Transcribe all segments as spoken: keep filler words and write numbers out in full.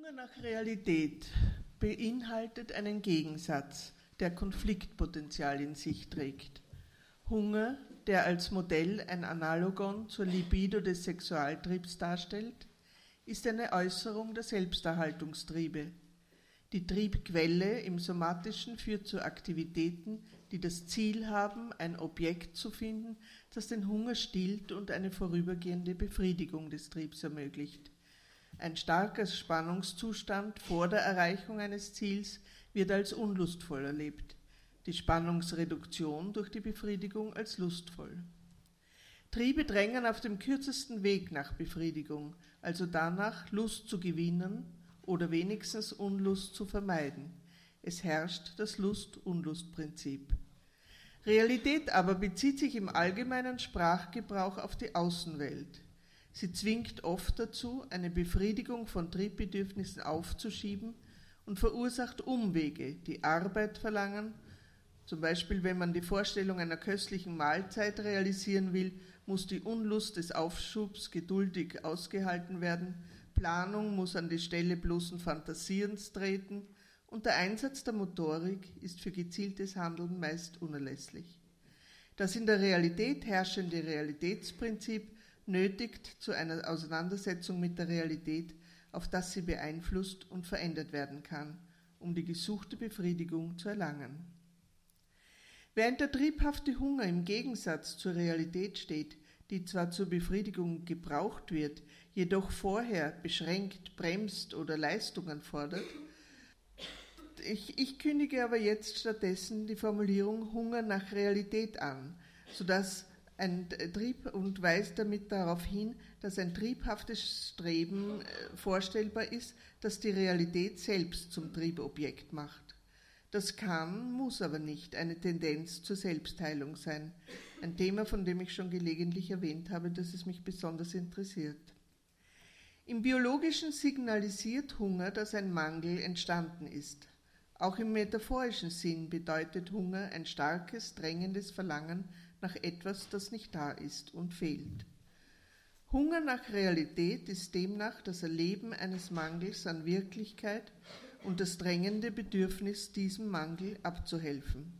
Hunger nach Realität beinhaltet einen Gegensatz, der Konfliktpotenzial in sich trägt. Hunger, der als Modell ein Analogon zur Libido des Sexualtriebs darstellt, ist eine Äußerung der Selbsterhaltungstriebe. Die Triebquelle im Somatischen führt zu Aktivitäten, die das Ziel haben, ein Objekt zu finden, das den Hunger stillt und eine vorübergehende Befriedigung des Triebs ermöglicht. Ein starker Spannungszustand vor der Erreichung eines Ziels wird als unlustvoll erlebt, die Spannungsreduktion durch die Befriedigung als lustvoll. Triebe drängen auf dem kürzesten Weg nach Befriedigung, also danach, Lust zu gewinnen oder wenigstens Unlust zu vermeiden. Es herrscht das Lust-Unlust-Prinzip. Realität aber bezieht sich im allgemeinen Sprachgebrauch auf die Außenwelt. Sie zwingt oft dazu, eine Befriedigung von Triebbedürfnissen aufzuschieben und verursacht Umwege, die Arbeit verlangen. Zum Beispiel, wenn man die Vorstellung einer köstlichen Mahlzeit realisieren will, muss die Unlust des Aufschubs geduldig ausgehalten werden, Planung muss an die Stelle bloßen Fantasierens treten und der Einsatz der Motorik ist für gezieltes Handeln meist unerlässlich. Das in der Realität herrschende Realitätsprinzip nötigt zu einer Auseinandersetzung mit der Realität, auf das sie beeinflusst und verändert werden kann, um die gesuchte Befriedigung zu erlangen. Während der triebhafte Hunger im Gegensatz zur Realität steht, die zwar zur Befriedigung gebraucht wird, jedoch vorher beschränkt, bremst oder Leistungen fordert, ich, ich kündige aber jetzt stattdessen die Formulierung Hunger nach Realität an, sodass ein Trieb und weist damit darauf hin, dass ein triebhaftes Streben vorstellbar ist, das die Realität selbst zum Triebobjekt macht. Das kann, muss aber nicht eine Tendenz zur Selbstheilung sein. Ein Thema, von dem ich schon gelegentlich erwähnt habe, dass es mich besonders interessiert. Im Biologischen signalisiert Hunger, dass ein Mangel entstanden ist. Auch im metaphorischen Sinn bedeutet Hunger ein starkes, drängendes Verlangen nach etwas, das nicht da ist und fehlt. Hunger nach Realität ist demnach das Erleben eines Mangels an Wirklichkeit und das drängende Bedürfnis, diesem Mangel abzuhelfen.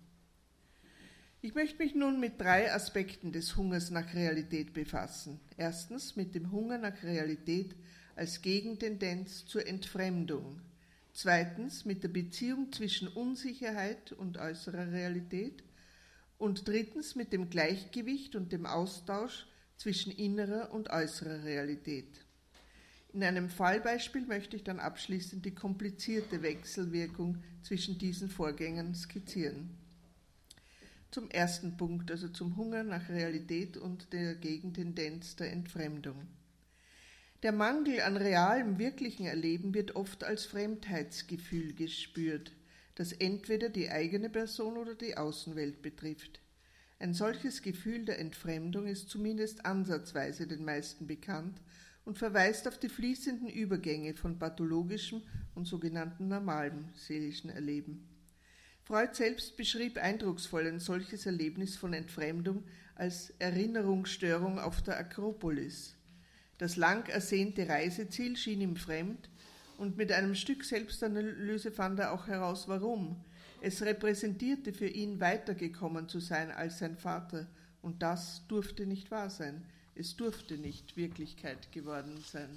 Ich möchte mich nun mit drei Aspekten des Hungers nach Realität befassen. Erstens mit dem Hunger nach Realität als Gegentendenz zur Entfremdung. Zweitens mit der Beziehung zwischen Unsicherheit und äußerer Realität. Und drittens mit dem Gleichgewicht und dem Austausch zwischen innerer und äußerer Realität. In einem Fallbeispiel möchte ich dann abschließend die komplizierte Wechselwirkung zwischen diesen Vorgängen skizzieren. Zum ersten Punkt, also zum Hunger nach Realität und der Gegentendenz der Entfremdung. Der Mangel an realem, wirklichen Erleben wird oft als Fremdheitsgefühl gespürt, das entweder die eigene Person oder die Außenwelt betrifft. Ein solches Gefühl der Entfremdung ist zumindest ansatzweise den meisten bekannt und verweist auf die fließenden Übergänge von pathologischem und sogenannten normalem seelischen Erleben. Freud selbst beschrieb eindrucksvoll ein solches Erlebnis von Entfremdung als Erinnerungsstörung auf der Akropolis. Das lang ersehnte Reiseziel schien ihm fremd und mit einem Stück Selbstanalyse fand er auch heraus, warum. Es repräsentierte für ihn, weitergekommen zu sein als sein Vater und das durfte nicht wahr sein. Es durfte nicht Wirklichkeit geworden sein.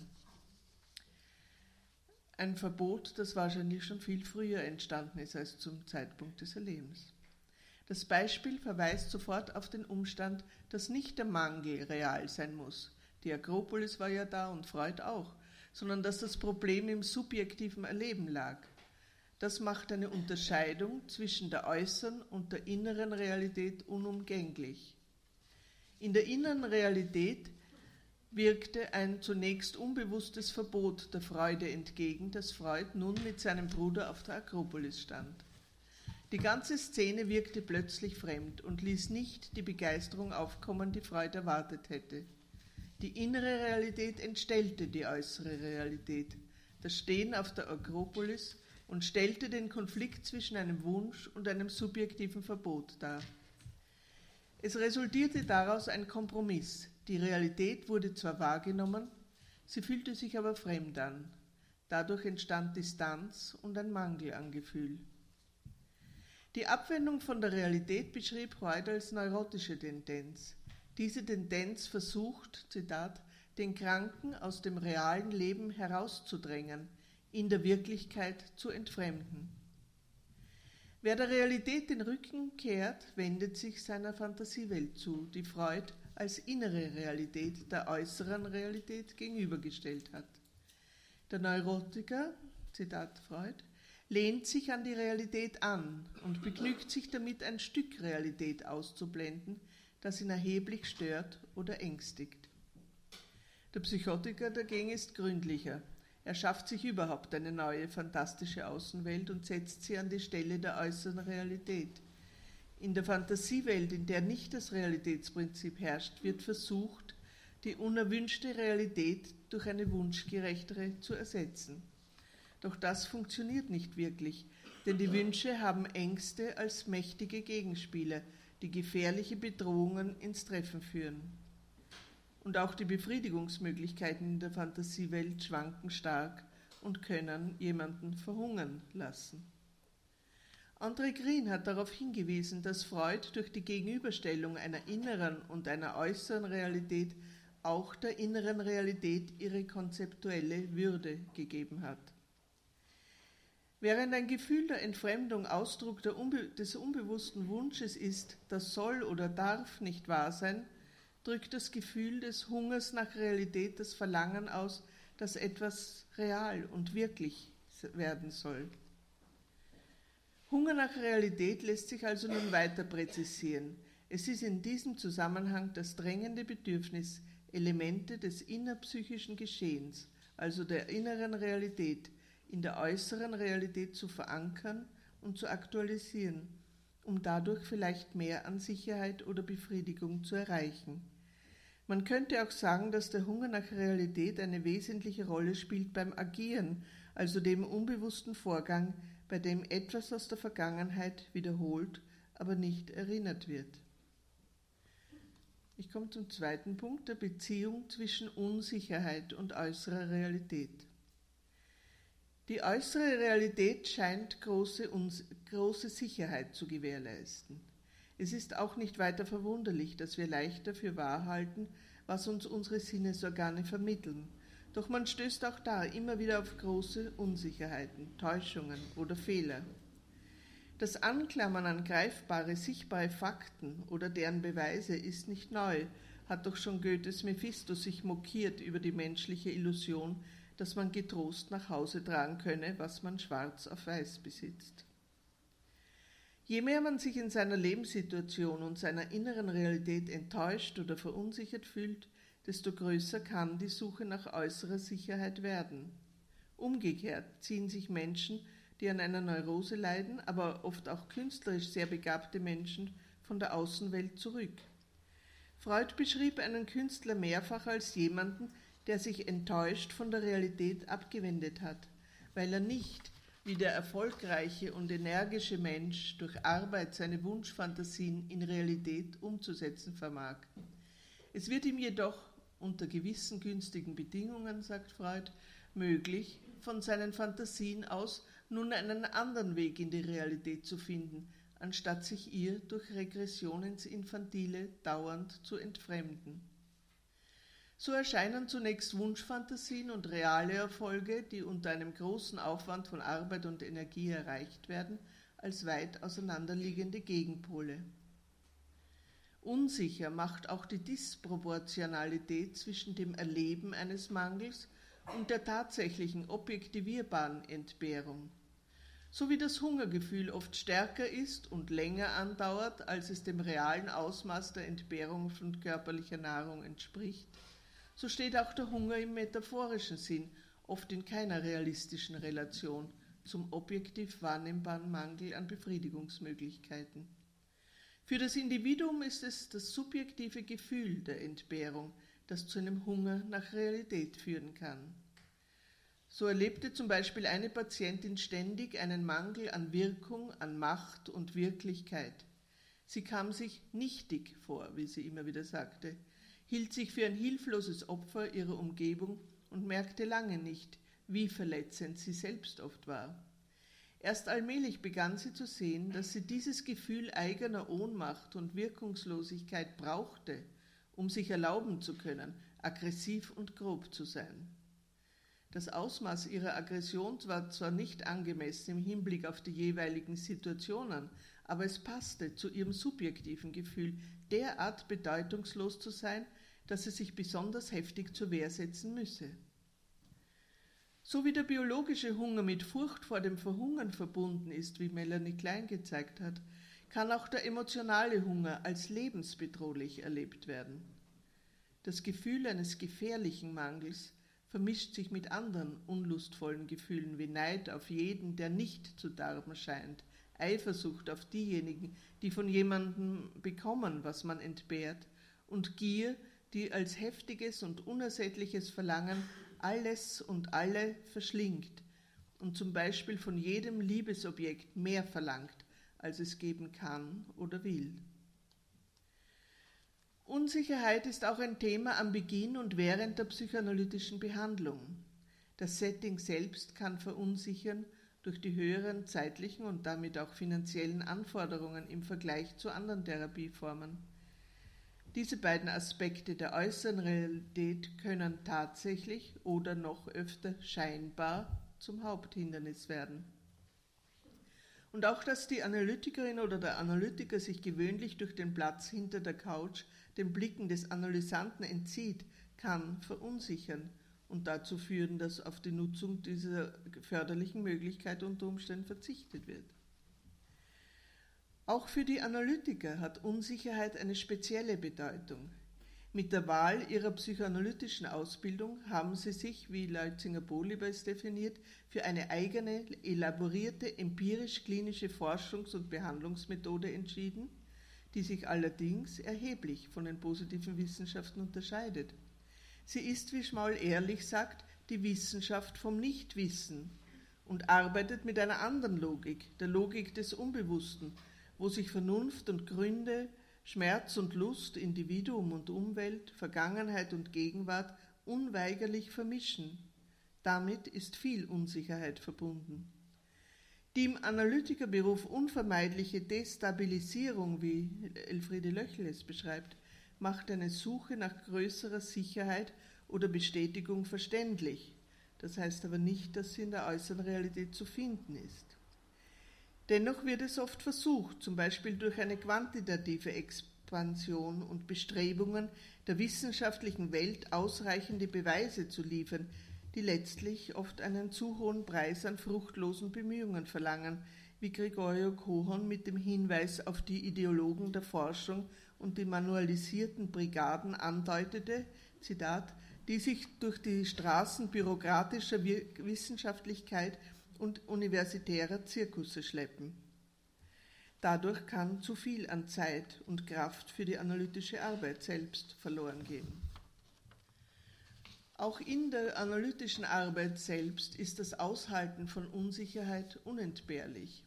Ein Verbot, das wahrscheinlich schon viel früher entstanden ist als zum Zeitpunkt des Erlebens. Das Beispiel verweist sofort auf den Umstand, dass nicht der Mangel real sein muss. Die Akropolis war ja da und Freud auch, sondern dass das Problem im subjektiven Erleben lag. Das macht eine Unterscheidung zwischen der äußeren und der inneren Realität unumgänglich. In der inneren Realität wirkte ein zunächst unbewusstes Verbot der Freude entgegen, das Freud nun mit seinem Bruder auf der Akropolis stand. Die ganze Szene wirkte plötzlich fremd und ließ nicht die Begeisterung aufkommen, die Freud erwartet hätte. Die innere Realität entstellte die äußere Realität, das Stehen auf der Akropolis, und stellte den Konflikt zwischen einem Wunsch und einem subjektiven Verbot dar. Es resultierte daraus ein Kompromiss. Die Realität wurde zwar wahrgenommen, sie fühlte sich aber fremd an. Dadurch entstand Distanz und ein Mangel an Gefühl. Die Abwendung von der Realität beschrieb Freud als neurotische Tendenz. Diese Tendenz versucht, Zitat, den Kranken aus dem realen Leben herauszudrängen, in der Wirklichkeit zu entfremden. Wer der Realität den Rücken kehrt, wendet sich seiner Fantasiewelt zu, die Freud als innere Realität der äußeren Realität gegenübergestellt hat. Der Neurotiker, Zitat Freud, lehnt sich an die Realität an und begnügt sich damit, ein Stück Realität auszublenden, das ihn erheblich stört oder ängstigt. Der Psychotiker dagegen ist gründlicher. Er schafft sich überhaupt eine neue, fantastische Außenwelt und setzt sie an die Stelle der äußeren Realität. In der Fantasiewelt, in der nicht das Realitätsprinzip herrscht, wird versucht, die unerwünschte Realität durch eine wunschgerechtere zu ersetzen. Doch das funktioniert nicht wirklich, denn die Wünsche haben Ängste als mächtige Gegenspieler, die gefährliche Bedrohungen ins Treffen führen. Und auch die Befriedigungsmöglichkeiten in der Fantasiewelt schwanken stark und können jemanden verhungern lassen. André Green hat darauf hingewiesen, dass Freud durch die Gegenüberstellung einer inneren und einer äußeren Realität auch der inneren Realität ihre konzeptuelle Würde gegeben hat. Während ein Gefühl der Entfremdung Ausdruck der unbe- des unbewussten Wunsches ist, das soll oder darf nicht wahr sein, drückt das Gefühl des Hungers nach Realität das Verlangen aus, dass etwas real und wirklich werden soll. Hunger nach Realität lässt sich also nun weiter präzisieren. Es ist in diesem Zusammenhang das drängende Bedürfnis, Elemente des innerpsychischen Geschehens, also der inneren Realität, in der äußeren Realität zu verankern und zu aktualisieren, um dadurch vielleicht mehr an Sicherheit oder Befriedigung zu erreichen. Man könnte auch sagen, dass der Hunger nach Realität eine wesentliche Rolle spielt beim Agieren, also dem unbewussten Vorgang, bei dem etwas aus der Vergangenheit wiederholt, aber nicht erinnert wird. Ich komme zum zweiten Punkt, der Beziehung zwischen Unsicherheit und äußerer Realität. Die äußere Realität scheint große, große Sicherheit zu gewährleisten. Es ist auch nicht weiter verwunderlich, dass wir leichter für wahr halten, was uns unsere Sinnesorgane vermitteln. Doch man stößt auch da immer wieder auf große Unsicherheiten, Täuschungen oder Fehler. Das Anklammern an greifbare, sichtbare Fakten oder deren Beweise ist nicht neu, hat doch schon Goethes Mephisto sich mokiert über die menschliche Illusion, dass man getrost nach Hause tragen könne, was man schwarz auf weiß besitzt. Je mehr man sich in seiner Lebenssituation und seiner inneren Realität enttäuscht oder verunsichert fühlt, desto größer kann die Suche nach äußerer Sicherheit werden. Umgekehrt ziehen sich Menschen, die an einer Neurose leiden, aber oft auch künstlerisch sehr begabte Menschen, von der Außenwelt zurück. Freud beschrieb einen Künstler mehrfach als jemanden, der sich enttäuscht von der Realität abgewendet hat, weil er nicht, wie der erfolgreiche und energische Mensch, durch Arbeit seine Wunschfantasien in Realität umzusetzen vermag. Es wird ihm jedoch unter gewissen günstigen Bedingungen, sagt Freud, möglich, von seinen Fantasien aus nun einen anderen Weg in die Realität zu finden, anstatt sich ihr durch Regression ins Infantile dauernd zu entfremden. So erscheinen zunächst Wunschfantasien und reale Erfolge, die unter einem großen Aufwand von Arbeit und Energie erreicht werden, als weit auseinanderliegende Gegenpole. Unsicher macht auch die Disproportionalität zwischen dem Erleben eines Mangels und der tatsächlichen objektivierbaren Entbehrung. So wie das Hungergefühl oft stärker ist und länger andauert, als es dem realen Ausmaß der Entbehrung von körperlicher Nahrung entspricht, so steht auch der Hunger im metaphorischen Sinn oft in keiner realistischen Relation zum objektiv wahrnehmbaren Mangel an Befriedigungsmöglichkeiten. Für das Individuum ist es das subjektive Gefühl der Entbehrung, das zu einem Hunger nach Realität führen kann. So erlebte zum Beispiel eine Patientin ständig einen Mangel an Wirkung, an Macht und Wirklichkeit. Sie kam sich nichtig vor, wie sie immer wieder sagte, hielt sich für ein hilfloses Opfer ihrer Umgebung und merkte lange nicht, wie verletzend sie selbst oft war. Erst allmählich begann sie zu sehen, dass sie dieses Gefühl eigener Ohnmacht und Wirkungslosigkeit brauchte, um sich erlauben zu können, aggressiv und grob zu sein. Das Ausmaß ihrer Aggression war zwar nicht angemessen im Hinblick auf die jeweiligen Situationen, aber es passte zu ihrem subjektiven Gefühl, derart bedeutungslos zu sein, dass sie sich besonders heftig zur Wehr setzen müsse. So wie der biologische Hunger mit Furcht vor dem Verhungern verbunden ist, wie Melanie Klein gezeigt hat, kann auch der emotionale Hunger als lebensbedrohlich erlebt werden. Das Gefühl eines gefährlichen Mangels vermischt sich mit anderen unlustvollen Gefühlen wie Neid auf jeden, der nicht zu darben scheint, Eifersucht auf diejenigen, die von jemandem bekommen, was man entbehrt, und Gier, die als heftiges und unersättliches Verlangen alles und alle verschlingt und zum Beispiel von jedem Liebesobjekt mehr verlangt, als es geben kann oder will. Unsicherheit ist auch ein Thema am Beginn und während der psychoanalytischen Behandlung. Das Setting selbst kann verunsichern durch die höheren zeitlichen und damit auch finanziellen Anforderungen im Vergleich zu anderen Therapieformen. Diese beiden Aspekte der äußeren Realität können tatsächlich oder noch öfter scheinbar zum Haupthindernis werden. Und auch, dass die Analytikerin oder der Analytiker sich gewöhnlich durch den Platz hinter der Couch den Blicken des Analysanten entzieht, kann verunsichern und dazu führen, dass auf die Nutzung dieser förderlichen Möglichkeit unter Umständen verzichtet wird. Auch für die Analytiker hat Unsicherheit eine spezielle Bedeutung. Mit der Wahl ihrer psychoanalytischen Ausbildung haben sie sich, wie Leutzinger-Bolieber es definiert, für eine eigene, elaborierte, empirisch-klinische Forschungs- und Behandlungsmethode entschieden, die sich allerdings erheblich von den positiven Wissenschaften unterscheidet. Sie ist, wie Schmaul-Ehrlich sagt, die Wissenschaft vom Nichtwissen und arbeitet mit einer anderen Logik, der Logik des Unbewussten, wo sich Vernunft und Gründe, Schmerz und Lust, Individuum und Umwelt, Vergangenheit und Gegenwart unweigerlich vermischen. Damit ist viel Unsicherheit verbunden. Die im Analytikerberuf unvermeidliche Destabilisierung, wie Elfriede Löchel es beschreibt, macht eine Suche nach größerer Sicherheit oder Bestätigung verständlich. Das heißt aber nicht, dass sie in der äußeren Realität zu finden ist. Dennoch wird es oft versucht, zum Beispiel durch eine quantitative Expansion und Bestrebungen der wissenschaftlichen Welt ausreichende Beweise zu liefern, die letztlich oft einen zu hohen Preis an fruchtlosen Bemühungen verlangen, wie Gregorio Cohon mit dem Hinweis auf die Ideologen der Forschung und die manualisierten Brigaden andeutete, Zitat, die sich durch die Straßen bürokratischer Wissenschaftlichkeit und universitärer Zirkusse schleppen. Dadurch kann zu viel an Zeit und Kraft für die analytische Arbeit selbst verloren gehen. Auch in der analytischen Arbeit selbst ist das Aushalten von Unsicherheit unentbehrlich.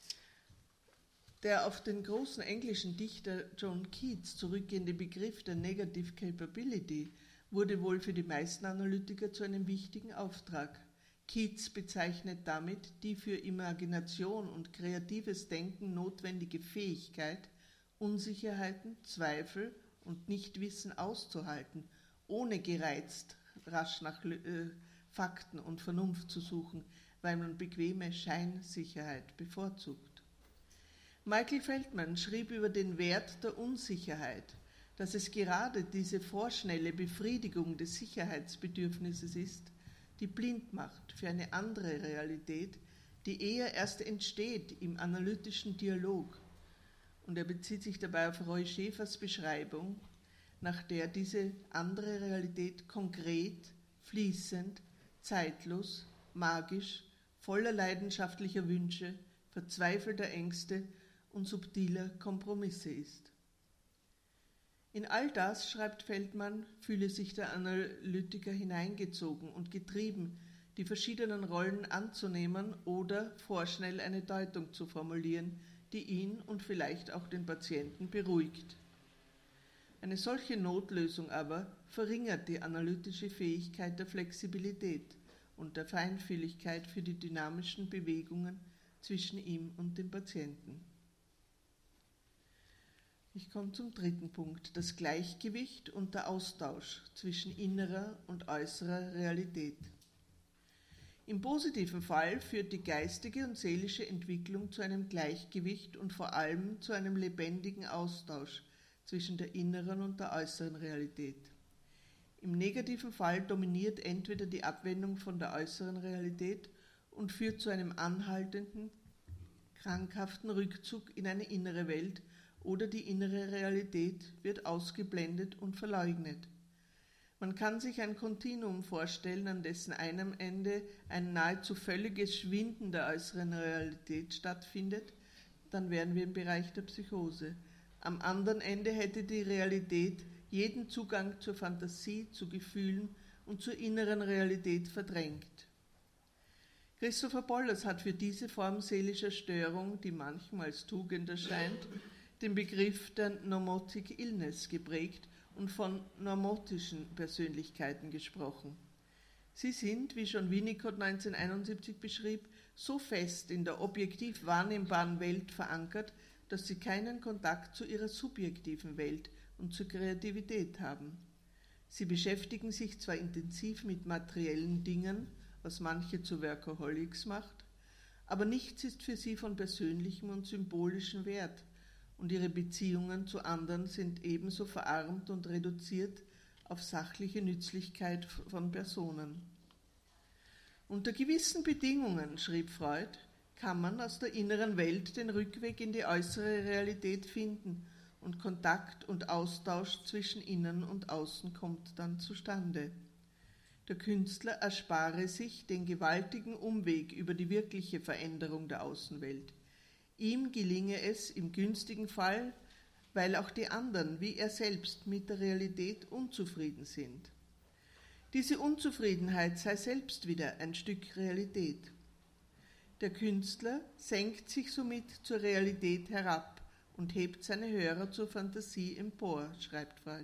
Der auf den großen englischen Dichter John Keats zurückgehende Begriff der Negative Capability wurde wohl für die meisten Analytiker zu einem wichtigen Auftrag. Keats bezeichnet damit die für Imagination und kreatives Denken notwendige Fähigkeit, Unsicherheiten, Zweifel und Nichtwissen auszuhalten, ohne gereizt rasch nach äh, Fakten und Vernunft zu suchen, weil man bequeme Scheinsicherheit bevorzugt. Michael Feldman schrieb über den Wert der Unsicherheit, dass es gerade diese vorschnelle Befriedigung des Sicherheitsbedürfnisses ist, die blind macht für eine andere Realität, die eher erst entsteht im analytischen Dialog. Und er bezieht sich dabei auf Roy Schäfers Beschreibung, nach der diese andere Realität konkret, fließend, zeitlos, magisch, voller leidenschaftlicher Wünsche, verzweifelter Ängste und subtiler Kompromisse ist. In all das, schreibt Feldman, fühle sich der Analytiker hineingezogen und getrieben, die verschiedenen Rollen anzunehmen oder vorschnell eine Deutung zu formulieren, die ihn und vielleicht auch den Patienten beruhigt. Eine solche Notlösung aber verringert die analytische Fähigkeit der Flexibilität und der Feinfühligkeit für die dynamischen Bewegungen zwischen ihm und dem Patienten. Ich komme zum dritten Punkt, das Gleichgewicht und der Austausch zwischen innerer und äußerer Realität. Im positiven Fall führt die geistige und seelische Entwicklung zu einem Gleichgewicht und vor allem zu einem lebendigen Austausch zwischen der inneren und der äußeren Realität. Im negativen Fall dominiert entweder die Abwendung von der äußeren Realität und führt zu einem anhaltenden, krankhaften Rückzug in eine innere Welt, oder die innere Realität wird ausgeblendet und verleugnet. Man kann sich ein Kontinuum vorstellen, an dessen einem Ende ein nahezu völliges Schwinden der äußeren Realität stattfindet, dann wären wir im Bereich der Psychose. Am anderen Ende hätte die Realität jeden Zugang zur Fantasie, zu Gefühlen und zur inneren Realität verdrängt. Christopher Pollers hat für diese Form seelischer Störung, die manchmal als Tugend erscheint, den Begriff der Nomotic Illness geprägt und von normotischen Persönlichkeiten gesprochen. Sie sind, wie schon Winnicott neunzehnhunderteinundsiebzig beschrieb, so fest in der objektiv wahrnehmbaren Welt verankert, dass sie keinen Kontakt zu ihrer subjektiven Welt und zur Kreativität haben. Sie beschäftigen sich zwar intensiv mit materiellen Dingen, was manche zu Workaholics macht, aber nichts ist für sie von persönlichem und symbolischem Wert, und ihre Beziehungen zu anderen sind ebenso verarmt und reduziert auf sachliche Nützlichkeit von Personen. Unter gewissen Bedingungen, schrieb Freud, kann man aus der inneren Welt den Rückweg in die äußere Realität finden und Kontakt und Austausch zwischen Innen und Außen kommt dann zustande. Der Künstler erspare sich den gewaltigen Umweg über die wirkliche Veränderung der Außenwelt. Ihm gelinge es im günstigen Fall, weil auch die anderen, wie er selbst, mit der Realität unzufrieden sind. Diese Unzufriedenheit sei selbst wieder ein Stück Realität. Der Künstler senkt sich somit zur Realität herab und hebt seine Hörer zur Fantasie empor, schreibt Freud.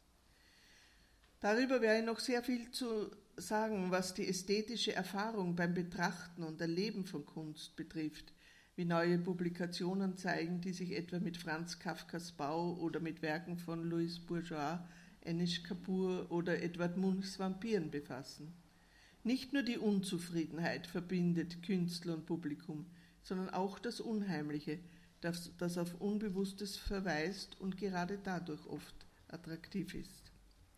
Darüber wäre noch sehr viel zu sagen, was die ästhetische Erfahrung beim Betrachten und Erleben von Kunst betrifft, wie neue Publikationen zeigen, die sich etwa mit Franz Kafkas Bau oder mit Werken von Louis Bourgeois, Anish Kapoor oder Edvard Munchs Vampiren befassen. Nicht nur die Unzufriedenheit verbindet Künstler und Publikum, sondern auch das Unheimliche, das, das auf Unbewusstes verweist und gerade dadurch oft attraktiv ist.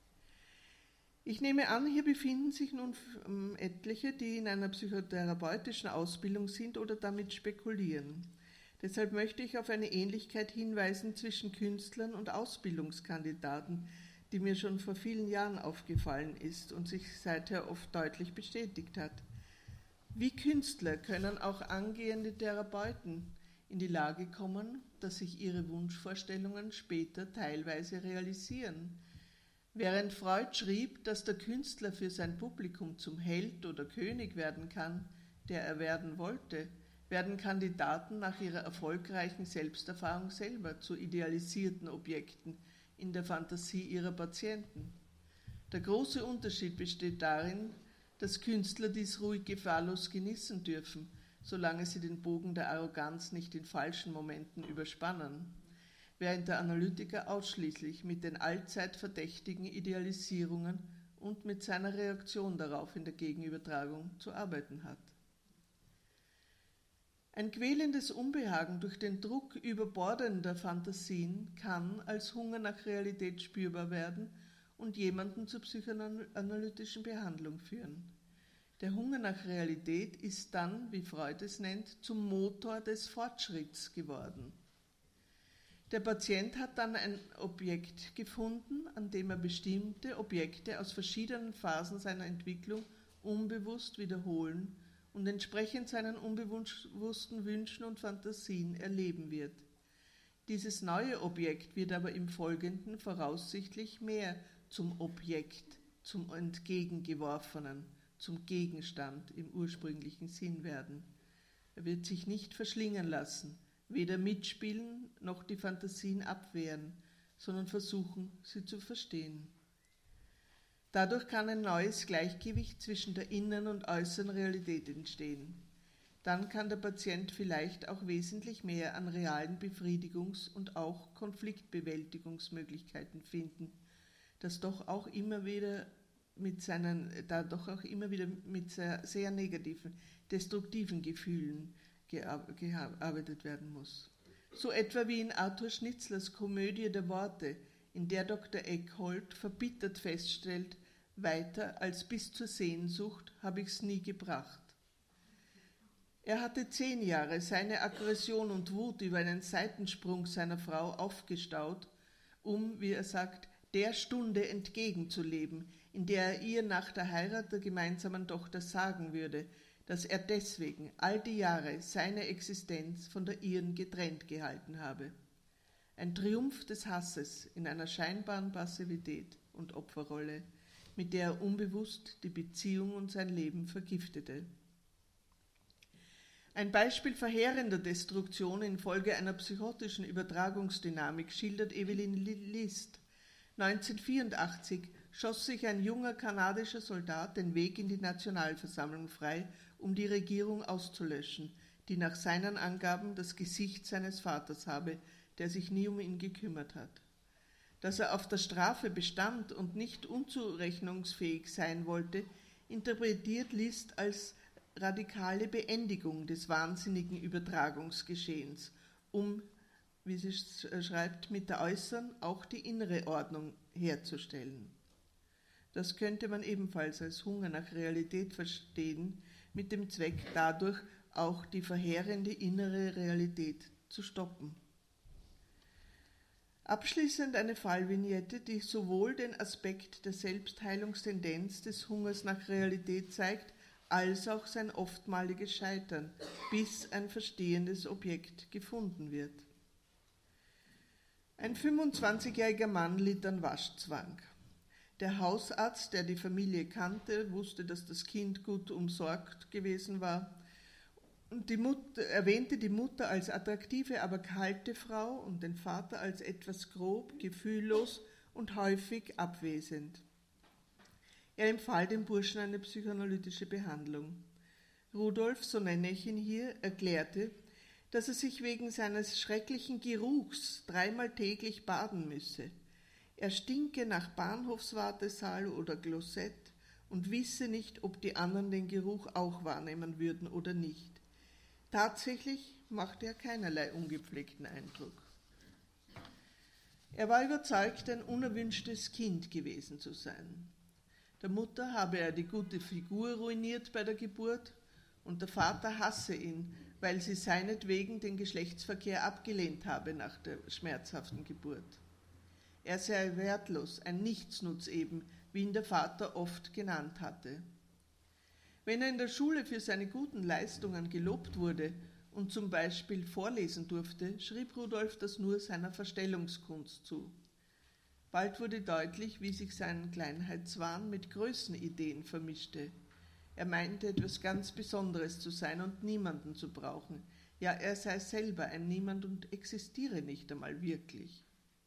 Ich nehme an, hier befinden sich nun etliche, die in einer psychotherapeutischen Ausbildung sind oder damit spekulieren. Deshalb möchte ich auf eine Ähnlichkeit hinweisen zwischen Künstlern und Ausbildungskandidaten, die mir schon vor vielen Jahren aufgefallen ist und sich seither oft deutlich bestätigt hat. Wie Künstler können auch angehende Therapeuten in die Lage kommen, dass sich ihre Wunschvorstellungen später teilweise realisieren. Während Freud schrieb, dass der Künstler für sein Publikum zum Held oder König werden kann, der er werden wollte, werden Kandidaten nach ihrer erfolgreichen Selbsterfahrung selber zu idealisierten Objekten in der Fantasie ihrer Patienten. Der große Unterschied besteht darin, dass Künstler dies ruhig gefahrlos genießen dürfen, solange sie den Bogen der Arroganz nicht in falschen Momenten überspannen, während der Analytiker ausschließlich mit den allzeit verdächtigen Idealisierungen und mit seiner Reaktion darauf in der Gegenübertragung zu arbeiten hat. Ein quälendes Unbehagen durch den Druck überbordender Fantasien kann als Hunger nach Realität spürbar werden und jemanden zur psychoanalytischen Behandlung führen. Der Hunger nach Realität ist dann, wie Freud es nennt, zum Motor des Fortschritts geworden. Der Patient hat dann ein Objekt gefunden, an dem er bestimmte Objekte aus verschiedenen Phasen seiner Entwicklung unbewusst wiederholen und entsprechend seinen unbewussten Wünschen und Fantasien erleben wird. Dieses neue Objekt wird aber im Folgenden voraussichtlich mehr zum Objekt, zum Entgegengeworfenen, zum Gegenstand im ursprünglichen Sinn werden. Er wird sich nicht verschlingen lassen, weder mitspielen noch die Fantasien abwehren, sondern versuchen, sie zu verstehen. Dadurch kann ein neues Gleichgewicht zwischen der inneren und äußeren Realität entstehen. Dann kann der Patient vielleicht auch wesentlich mehr an realen Befriedigungs- und auch Konfliktbewältigungsmöglichkeiten finden, das doch auch immer wieder mit seinen, da doch auch immer wieder mit sehr, sehr negativen, destruktiven Gefühlen gearbeitet werden muss. So etwa wie in Arthur Schnitzlers Komödie der Worte, in der Doktor Eckhold verbittert feststellt, weiter als bis zur Sehnsucht habe ich's nie gebracht. Er hatte zehn Jahre seine Aggression und Wut über einen Seitensprung seiner Frau aufgestaut, um, wie er sagt, der Stunde entgegenzuleben, in der er ihr nach der Heirat der gemeinsamen Tochter sagen würde, dass er deswegen all die Jahre seine Existenz von der ihren getrennt gehalten habe. Ein Triumph des Hasses in einer scheinbaren Passivität und Opferrolle, mit der er unbewusst die Beziehung und sein Leben vergiftete. Ein Beispiel verheerender Destruktion infolge einer psychotischen Übertragungsdynamik schildert Evelyn List. neunzehnhundertvierundachtzig schoss sich ein junger kanadischer Soldat den Weg in die Nationalversammlung frei, um die Regierung auszulöschen, die nach seinen Angaben das Gesicht seines Vaters habe, der sich nie um ihn gekümmert hat. Dass er auf der Strafe bestand und nicht unzurechnungsfähig sein wollte, interpretiert List als radikale Beendigung des wahnsinnigen Übertragungsgeschehens, um, wie sie schreibt, mit der äußeren auch die innere Ordnung herzustellen. Das könnte man ebenfalls als Hunger nach Realität verstehen, mit dem Zweck, dadurch auch die verheerende innere Realität zu stoppen. Abschließend eine Fallvignette, die sowohl den Aspekt der Selbstheilungstendenz des Hungers nach Realität zeigt, als auch sein oftmaliges Scheitern, bis ein verstehendes Objekt gefunden wird. Ein fünfundzwanzigjähriger Mann litt an Waschzwang. Der Hausarzt, der die Familie kannte, wusste, dass das Kind gut umsorgt gewesen war und die Mutter, erwähnte die Mutter als attraktive, aber kalte Frau und den Vater als etwas grob, gefühllos und häufig abwesend. Er empfahl dem Burschen eine psychoanalytische Behandlung. Rudolf, so nenne ich ihn hier, erklärte, dass er sich wegen seines schrecklichen Geruchs dreimal täglich baden müsse. Er stinke nach Bahnhofswartesaal oder Klosett und wisse nicht, ob die anderen den Geruch auch wahrnehmen würden oder nicht. Tatsächlich machte er keinerlei ungepflegten Eindruck. Er war überzeugt, ein unerwünschtes Kind gewesen zu sein. Der Mutter habe er die gute Figur ruiniert bei der Geburt und der Vater hasse ihn, weil sie seinetwegen den Geschlechtsverkehr abgelehnt habe nach der schmerzhaften Geburt. Er sei wertlos, ein Nichtsnutz eben, wie ihn der Vater oft genannt hatte. Wenn er in der Schule für seine guten Leistungen gelobt wurde und zum Beispiel vorlesen durfte, schrieb Rudolf das nur seiner Verstellungskunst zu. Bald wurde deutlich, wie sich sein Kleinheitswahn mit Größenideen vermischte. Er meinte, etwas ganz Besonderes zu sein und niemanden zu brauchen. Ja, er sei selber ein Niemand und existiere nicht einmal wirklich.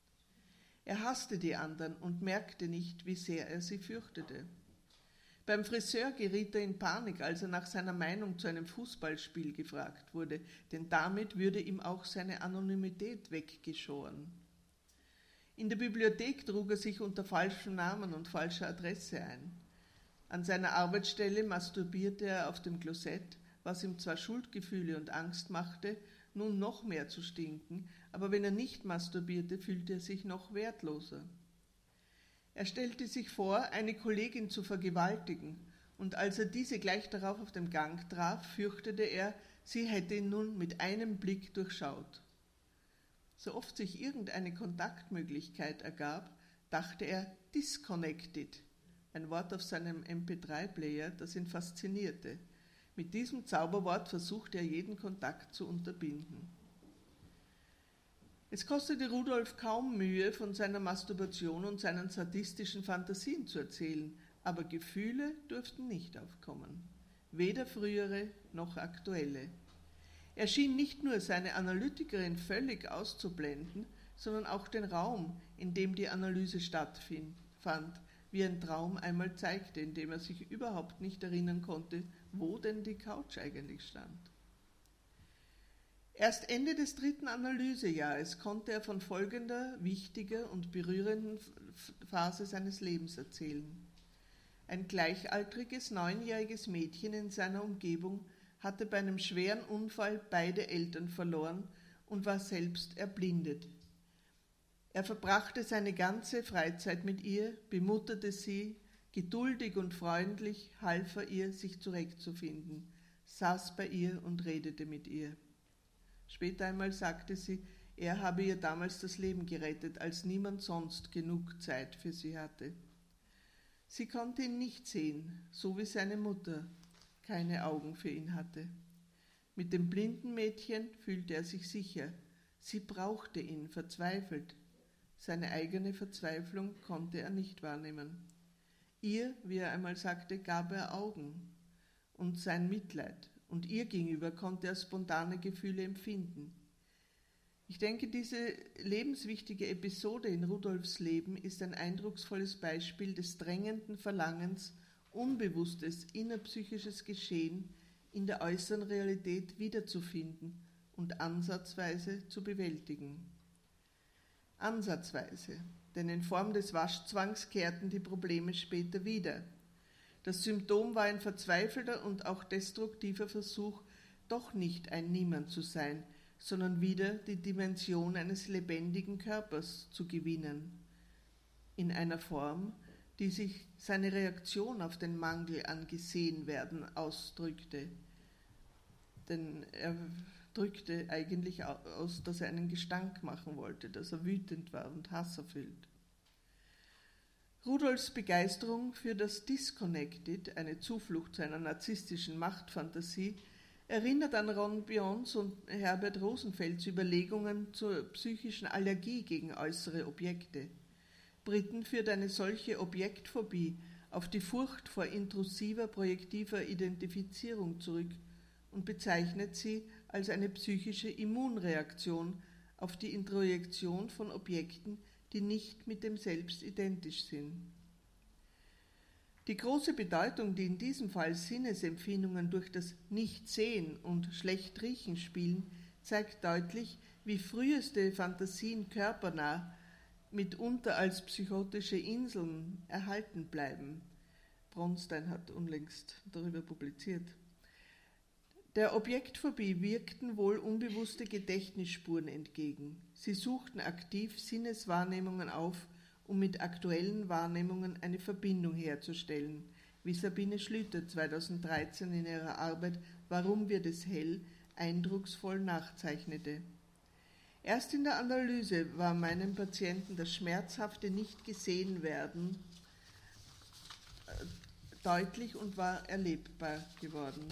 Er hasste die anderen und merkte nicht, wie sehr er sie fürchtete. Beim Friseur geriet er in Panik, als er nach seiner Meinung zu einem Fußballspiel gefragt wurde, denn damit würde ihm auch seine Anonymität weggeschoren. In der Bibliothek trug er sich unter falschem Namen und falscher Adresse ein. An seiner Arbeitsstelle masturbierte er auf dem Klosett, was ihm zwar Schuldgefühle und Angst machte, nun noch mehr zu stinken, aber wenn er nicht masturbierte, fühlte er sich noch wertloser. Er stellte sich vor, eine Kollegin zu vergewaltigen, und als er diese gleich darauf auf dem Gang traf, fürchtete er, sie hätte ihn nun mit einem Blick durchschaut. So oft sich irgendeine Kontaktmöglichkeit ergab, dachte er disconnected, ein Wort auf seinem M P drei Player, das ihn faszinierte. Mit diesem Zauberwort versuchte er jeden Kontakt zu unterbinden. Es kostete Rudolf kaum Mühe, von seiner Masturbation und seinen sadistischen Fantasien zu erzählen, aber Gefühle durften nicht aufkommen, weder frühere noch aktuelle. Er schien nicht nur seine Analytikerin völlig auszublenden, sondern auch den Raum, in dem die Analyse stattfand, wie ein Traum einmal zeigte, in dem er sich überhaupt nicht erinnern konnte, wo denn die Couch eigentlich stand. Erst Ende des dritten Analysejahres konnte er von folgender wichtiger und berührenden Phase seines Lebens erzählen. Ein gleichaltriges, neunjähriges Mädchen in seiner Umgebung hatte bei einem schweren Unfall beide Eltern verloren und war selbst erblindet. Er verbrachte seine ganze Freizeit mit ihr, bemutterte sie, geduldig und freundlich half er ihr, sich zurechtzufinden, saß bei ihr und redete mit ihr. Später einmal sagte sie, er habe ihr damals das Leben gerettet, als niemand sonst genug Zeit für sie hatte. Sie konnte ihn nicht sehen, so wie seine Mutter keine Augen für ihn hatte. Mit dem blinden Mädchen fühlte er sich sicher. Sie brauchte ihn, verzweifelt. Seine eigene Verzweiflung konnte er nicht wahrnehmen. Ihr, wie er einmal sagte, gab er Augen und sein Mitleid, und ihr gegenüber konnte er spontane Gefühle empfinden. Ich denke, diese lebenswichtige Episode in Rudolfs Leben ist ein eindrucksvolles Beispiel des drängenden Verlangens, unbewusstes innerpsychisches Geschehen in der äußeren Realität wiederzufinden und ansatzweise zu bewältigen. Ansatzweise, denn in Form des Waschzwangs kehrten die Probleme später wieder. Das Symptom war ein verzweifelter und auch destruktiver Versuch, doch nicht ein Niemand zu sein, sondern wieder die Dimension eines lebendigen Körpers zu gewinnen, in einer Form, die sich seine Reaktion auf den Mangel an Gesehenwerden ausdrückte. Denn er drückte eigentlich aus, dass er einen Gestank machen wollte, dass er wütend war und hasserfüllt. Rudolfs Begeisterung für das Disconnected, eine Zuflucht zu einer narzisstischen Machtfantasie, erinnert an Ron Bions und Herbert Rosenfelds Überlegungen zur psychischen Allergie gegen äußere Objekte. Britten führt eine solche Objektphobie auf die Furcht vor intrusiver, projektiver Identifizierung zurück und bezeichnet sie als eine psychische Immunreaktion auf die Introjektion von Objekten, die nicht mit dem Selbst identisch sind. Die große Bedeutung, die in diesem Fall Sinnesempfindungen durch das Nichtsehen und Schlechtriechen spielen, zeigt deutlich, wie früheste Fantasien körpernah, mitunter als psychotische Inseln erhalten bleiben. Bronstein hat unlängst darüber publiziert. Der Objektphobie wirkten wohl unbewusste Gedächtnisspuren entgegen. Sie suchten aktiv Sinneswahrnehmungen auf, um mit aktuellen Wahrnehmungen eine Verbindung herzustellen, wie Sabine Schlüter zweitausenddreizehn in ihrer Arbeit »Warum wird es hell?« eindrucksvoll nachzeichnete. Erst in der Analyse war meinem Patienten das schmerzhafte Nicht-Gesehen-Werden deutlich und war erlebbar geworden.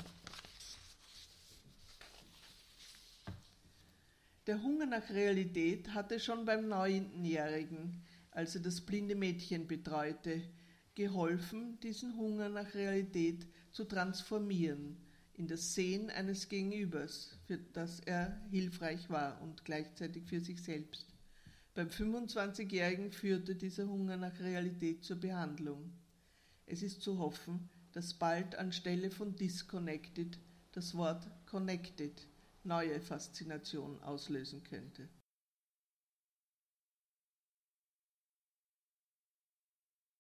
Der Hunger nach Realität hatte schon beim Neunjährigen, als er das blinde Mädchen betreute, geholfen, diesen Hunger nach Realität zu transformieren in das Sehen eines Gegenübers, für das er hilfreich war und gleichzeitig für sich selbst. Beim fünfundzwanzigjährigen führte dieser Hunger nach Realität zur Behandlung. Es ist zu hoffen, dass bald anstelle von disconnected das Wort connected neue Faszination auslösen könnte.